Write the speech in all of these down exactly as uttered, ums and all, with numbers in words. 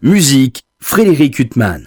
Musique, Frédéric Huttman.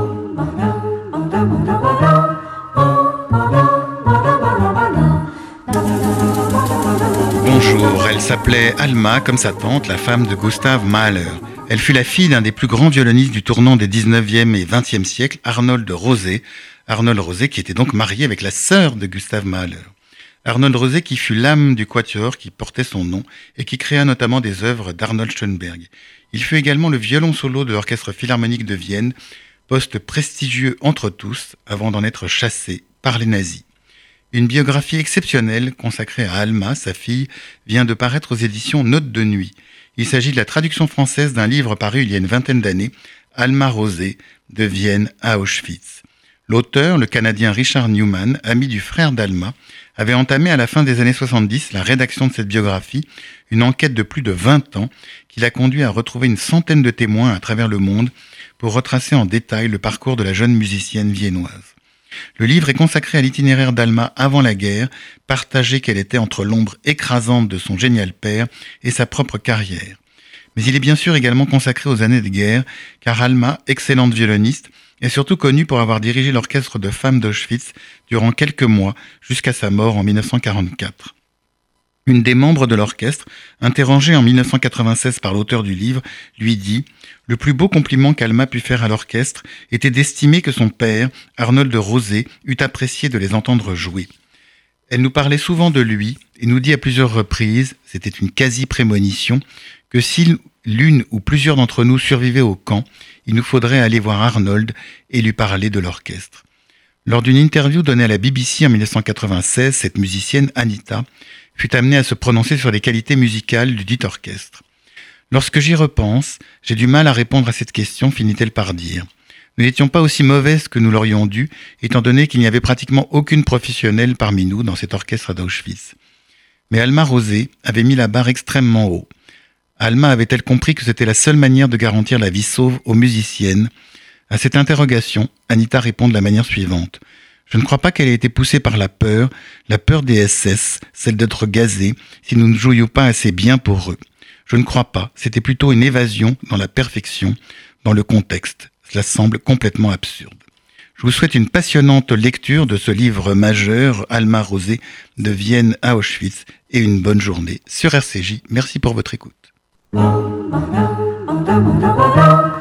Bonjour, elle s'appelait Alma, comme sa tante, la femme de Gustav Mahler. Elle fut la fille d'un des plus grands violonistes du tournant des dix-neuvième et vingtième siècles, Arnold Rosé. Arnold Rosé qui était donc marié avec la sœur de Gustav Mahler. Arnold Rosé qui fut l'âme du quatuor qui portait son nom et qui créa notamment des œuvres d'Arnold Schoenberg. Il fut également le violon solo de l'Orchestre Philharmonique de Vienne, poste prestigieux entre tous avant d'en être chassé par les nazis. Une biographie exceptionnelle consacrée à Alma, sa fille, vient de paraître aux éditions Notes de Nuit. Il s'agit de la traduction française d'un livre paru il y a une vingtaine d'années, Alma Rosé, de Vienne à Auschwitz. L'auteur, le Canadien Richard Newman, ami du frère d'Alma, avait entamé à la fin des années soixante-dix la rédaction de cette biographie, une enquête de plus de vingt ans qui l'a conduit à retrouver une centaine de témoins à travers le monde pour retracer en détail le parcours de la jeune musicienne viennoise. Le livre est consacré à l'itinéraire d'Alma avant la guerre, partagé qu'elle était entre l'ombre écrasante de son génial père et sa propre carrière. Mais il est bien sûr également consacré aux années de guerre, car Alma, excellente violoniste, est surtout connue pour avoir dirigé l'orchestre de femmes d'Auschwitz durant quelques mois, jusqu'à sa mort en dix-neuf cent quarante-quatre. Une des membres de l'orchestre, interrogée en dix-neuf cent quatre-vingt-seize par l'auteur du livre, lui dit « Le plus beau compliment qu'Alma put faire à l'orchestre était d'estimer que son père, Arnold Rosé, eût apprécié de les entendre jouer. Elle nous parlait souvent de lui et nous dit à plusieurs reprises, c'était une quasi-prémonition, que si l'une ou plusieurs d'entre nous survivaient au camp, il nous faudrait aller voir Arnold et lui parler de l'orchestre. » Lors d'une interview donnée à la B B C en dix-neuf cent quatre-vingt-seize, cette musicienne, Anita, fut amenée à se prononcer sur les qualités musicales du dit orchestre. « Lorsque j'y repense, j'ai du mal à répondre à cette question, finit-elle par dire. Nous n'étions pas aussi mauvaises que nous l'aurions dû, étant donné qu'il n'y avait pratiquement aucune professionnelle parmi nous dans cet orchestre d'Auschwitz. Mais Alma Rosé avait mis la barre extrêmement haut. Alma avait-elle compris que c'était la seule manière de garantir la vie sauve aux musiciennes ? À cette interrogation, Anita répond de la manière suivante. Je ne crois pas qu'elle ait été poussée par la peur, la peur des S S, celle d'être gazée, si nous ne jouions pas assez bien pour eux. Je ne crois pas, c'était plutôt une évasion dans la perfection, dans le contexte. Cela semble complètement absurde. Je vous souhaite une passionnante lecture de ce livre majeur, Alma Rosé, de Vienne à Auschwitz, et une bonne journée sur R C J. Merci pour votre écoute.